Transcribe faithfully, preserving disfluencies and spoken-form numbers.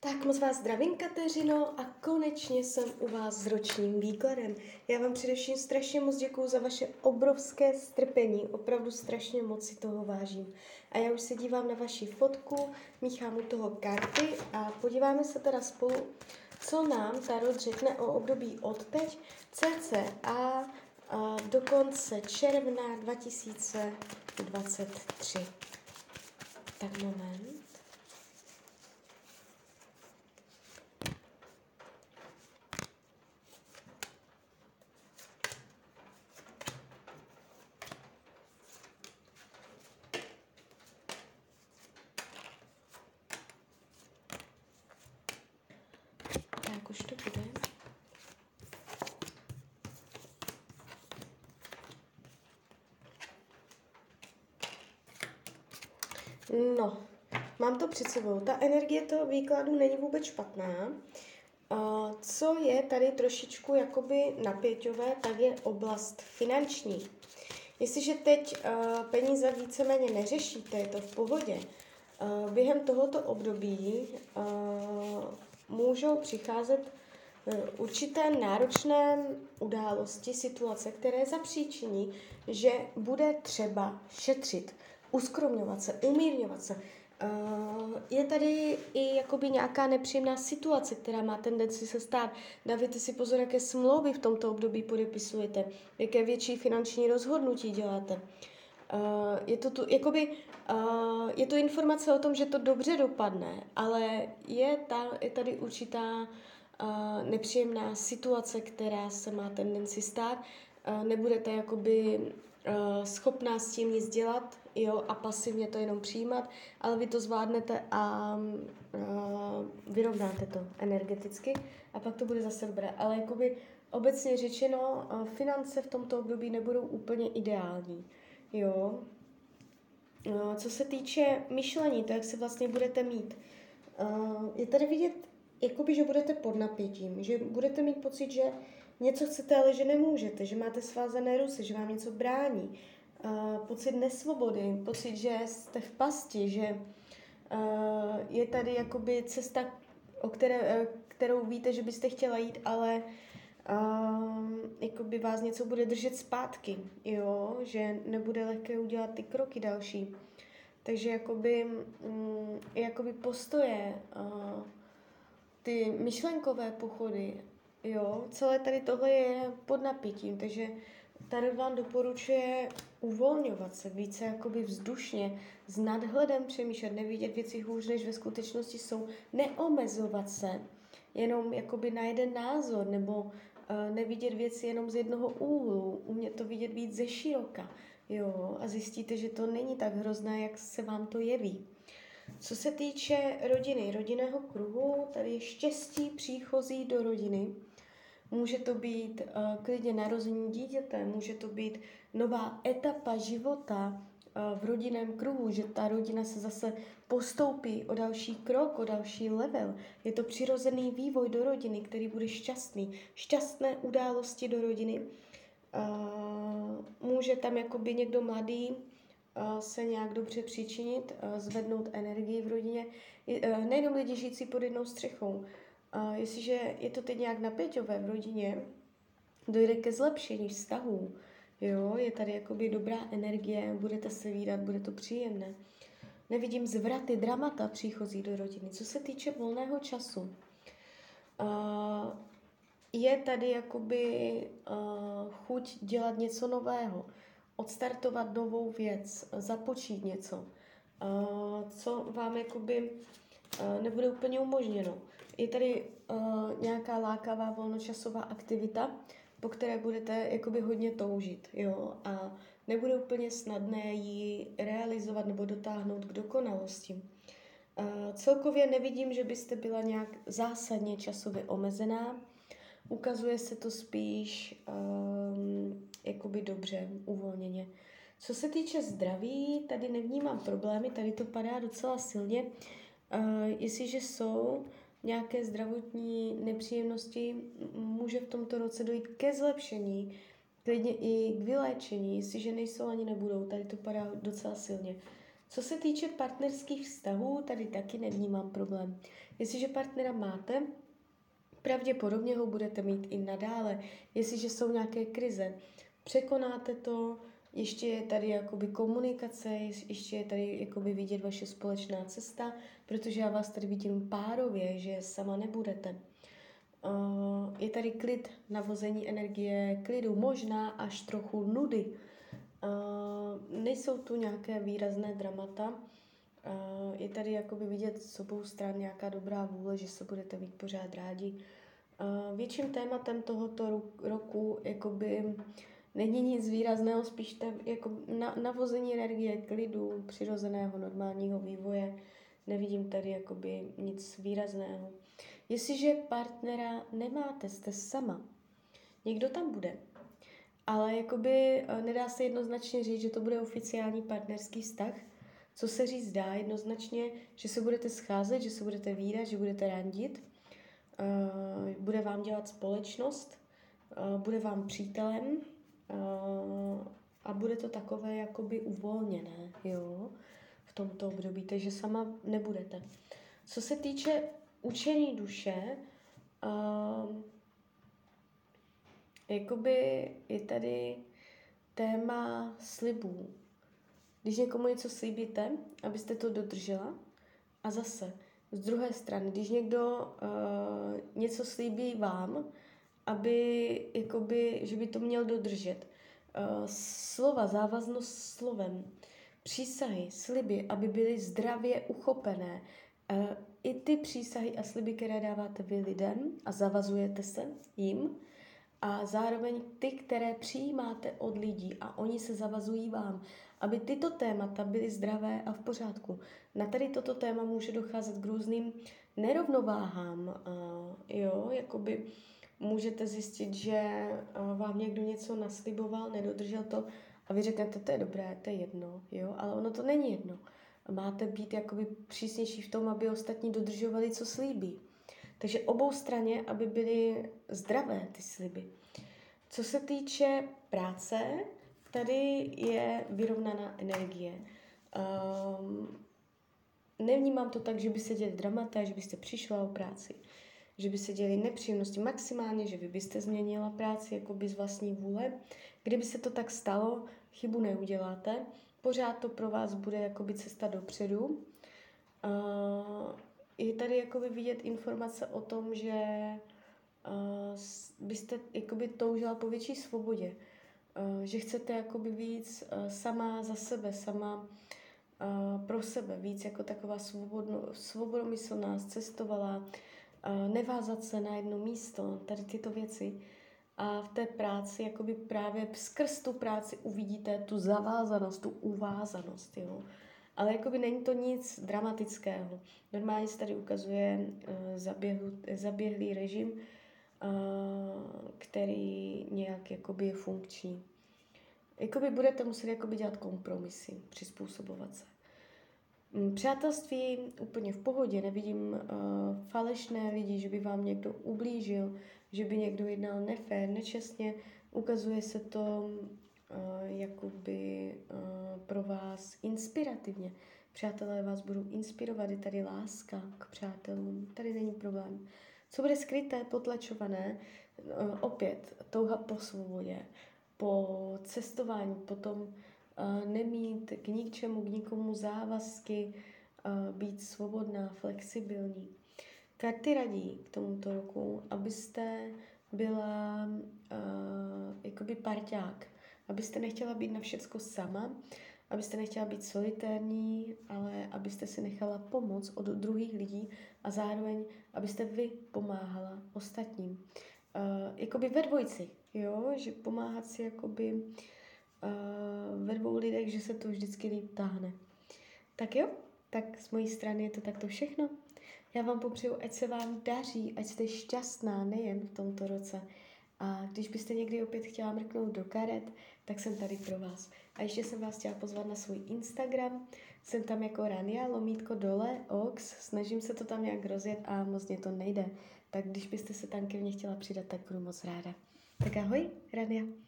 Tak moc vás zdravím, Kateřino, a konečně jsem u vás s ročním výkladem. Já vám především strašně moc děkuju za vaše obrovské strpení, opravdu strašně moc si toho vážím. A já už se dívám na vaši fotku, míchám u toho karty a podíváme se teda spolu, co nám Tarot řekne o období od teď cca a do konce června dva tisíce dvacet tři. Tak moment. Tak už to bude. No, mám to před sebou. Ta energie toho výkladu není vůbec špatná. Uh, co je tady trošičku jakoby napěťové, tak je oblast finanční. Jestliže teď uh, peníze víceméně neřešíte, je to v pohodě, uh, během tohoto období uh, můžou přicházet uh, určité náročné události, situace, které zapříčiní, že bude třeba šetřit, uskromňovat se, umírňovat se. Uh, je tady i jakoby nějaká nepříjemná situace, která má tendenci se stát. Dávejte si pozor, jaké smlouvy v tomto období podepisujete, jaké větší finanční rozhodnutí děláte. Uh, je, to tu, jakoby, uh, je to informace o tom, že to dobře dopadne, ale je, ta, je tady určitá uh, nepříjemná situace, která se má tendenci stát. Uh, nebudete jakoby uh, schopná s tím nic dělat, jo, a pasivně to jenom přijímat, ale vy to zvládnete a uh, vyrovnáte to energeticky a pak to bude zase dobré. Ale jakoby obecně řečeno, uh, finance v tomto období nebudou úplně ideální, jo. Uh, co se týče myšlení, to, jak se vlastně budete mít, uh, je tady vidět, jakoby, že budete pod napětím, že budete mít pocit, že něco chcete, ale že nemůžete, že máte svázané ruce, že vám něco brání. Uh, pocit nesvobody, pocit, že jste v pasti, že uh, je tady jakoby cesta, o které, uh, kterou víte, že byste chtěla jít, ale uh, jakoby vás něco bude držet zpátky, jo? Že nebude lehké udělat ty kroky další. Takže jakoby, um, jakoby postoje, uh, ty myšlenkové pochody, jo? Celé tady tohle je pod napětím, takže Tarot vám doporučuje uvolňovat se, více jakoby vzdušně, s nadhledem přemýšlet, nevidět věci hůř, než ve skutečnosti jsou, neomezovat se jenom jakoby na jeden názor, nebo uh, nevidět věci jenom z jednoho úhlu, umět to vidět víc ze široka, jo, a zjistíte, že to není tak hrozné, jak se vám to jeví. Co se týče rodiny, rodinného kruhu, tady je štěstí příchozí do rodiny. Může to být uh, klidně narození dítěte, může to být nová etapa života uh, v rodinném kruhu, že ta rodina se zase postoupí o další krok, o další level. Je to přirozený vývoj do rodiny, který bude šťastný. Šťastné události do rodiny. Uh, může tam jakoby někdo mladý uh, se nějak dobře přičinit, uh, zvednout energii v rodině. Uh, nejenom lidi žijící pod jednou střechou. Uh, jestliže je to teď nějak napěťové v rodině, dojde ke zlepšení vztahů, jo, je tady jakoby dobrá energie, budete se vídat, bude to příjemné. Nevidím zvraty, dramata příchozí do rodiny. Co se týče volného času, uh, je tady jakoby uh, chuť dělat něco nového, odstartovat novou věc, započít něco, uh, co vám jakoby uh, nebude úplně umožněno. Je tady uh, nějaká lákavá volnočasová aktivita, po které budete jakoby hodně toužit, jo, a nebude úplně snadné ji realizovat nebo dotáhnout k dokonalosti. Uh, celkově nevidím, že byste byla nějak zásadně časově omezená. Ukazuje se to spíš um, jakoby dobře, uvolněně. Co se týče zdraví, tady nevnímám problémy, tady to padá docela silně. Uh, jestliže jsou nějaké zdravotní nepříjemnosti, může v tomto roce dojít ke zlepšení, klidně i k vyléčení, jestliže nejsou ani nebudou, tady to padá docela silně. Co se týče partnerských vztahů, tady taky nevnímám problém. Jestliže partnera máte, pravděpodobně ho budete mít i nadále. Jestliže jsou nějaké krize, překonáte to, ještě je tady jakoby komunikace, ještě je tady jakoby vidět vaše společná cesta, protože já vás tady vidím párově, že sama nebudete. Uh, je tady klid, navození energie, klidu, možná až trochu nudy. Uh, nejsou tu nějaké výrazné dramata. Uh, je tady jakoby vidět s obou stran nějaká dobrá vůle, že se budete mít pořád rádi. Uh, větším tématem tohoto roku jakoby není nic výrazného, spíš tam jako na, navození energie, klidu, přirozeného, normálního vývoje. Nevidím tady jakoby nic výrazného. Jestliže partnera nemáte, jste sama, někdo tam bude. Ale jakoby nedá se jednoznačně říct, že to bude oficiální partnerský vztah. Co se říct dá jednoznačně, že se budete scházet, že se budete vídat, že budete randit, uh, bude vám dělat společnost, uh, bude vám přítelem uh, a bude to takové jakoby uvolněné, jo, v tomto období, takže sama nebudete. Co se týče učení duše, uh, jakoby je tady téma slibů. Když někomu něco slíbíte, abyste to dodržela, a zase z druhé strany, když někdo uh, něco slíbí vám, aby, jakoby, že by to měl dodržet. Uh, slova, závaznost slovem, přísahy, sliby, aby byly zdravě uchopené. Uh, I ty přísahy a sliby, které dáváte vy lidem a zavazujete se jim, a zároveň ty, které přijímáte od lidí a oni se zavazují vám, aby tyto témata byly zdravé a v pořádku. Na tady toto téma může docházet k různým nerovnováhám. Uh, jo, jakoby můžete zjistit, že uh, vám někdo něco nasliboval, nedodržel to a vy řeknete, to je dobré, to je jedno, jo, ale ono to není jedno. Máte být jakoby přísnější v tom, aby ostatní dodržovali, co slíbí. Takže obou straně, aby byly zdravé ty sliby. Co se týče práce, tady je vyrovnaná energie. Um, nevnímám to tak, že by se děli dramata, že byste přišla o práci, že by se děli nepříjemnosti maximálně, že vy byste změnila práci jakoby z vlastní vůle. Kdyby se to tak stalo, chybu neuděláte. Pořád to pro vás bude jakoby cesta dopředu. Uh, Je tady jakoby vidět informace o tom, že uh, byste jakoby toužila po větší svobodě. Uh, že chcete jakoby víc uh, sama za sebe, sama uh, pro sebe, víc jako taková svobodno, svobodomyslná, cestovala, uh, nevázat se na jedno místo, tady tyto věci. A v té práci jakoby právě skrz tu práci uvidíte tu zavázanost, tu uvázanost, jo. Ale jakoby není to nic dramatického. Normálně se tady ukazuje uh, zaběhl, zaběhlý režim, uh, který nějak jakoby je funkční. Jakoby budete muset jakoby dělat kompromisy, přizpůsobovat se. Um, přátelství úplně v pohodě, nevidím uh, falešné lidi, že by vám někdo ublížil, že by někdo jednal nefér, nečestně. Ukazuje se to Uh, jakoby uh, pro vás inspirativně. Přátelé vás budou inspirovat, je tady láska k přátelům, tady není problém. Co bude skryté, potlačované, uh, opět touha po svobodě, po cestování, potom uh, nemít k ničemu, k nikomu závazky, uh, být svobodná, flexibilní. Karty radí k tomuto roku, abyste byla uh, jakoby parťák, abyste nechtěla být na všecko sama, abyste nechtěla být solitérní, ale abyste si nechala pomoc od druhých lidí a zároveň, abyste vy pomáhala ostatním. Uh, jakoby ve dvojici, jo, že pomáhat si jakoby uh, ve dvou lidech, že se to vždycky líp táhne. Tak jo, tak z mojí strany je to takto všechno. Já vám popřeju, ať se vám daří, ať jste šťastná nejen v tomto roce. A když byste někdy opět chtěla mrknout do karet, tak jsem tady pro vás. A ještě jsem vás chtěla pozvat na svůj Instagram. Jsem tam jako Rania, lomítko dole, ox. Snažím se to tam nějak rozjet a moc mě to nejde. Tak když byste se tam ke mně chtěla přidat, tak budu moc ráda. Tak ahoj, Rania.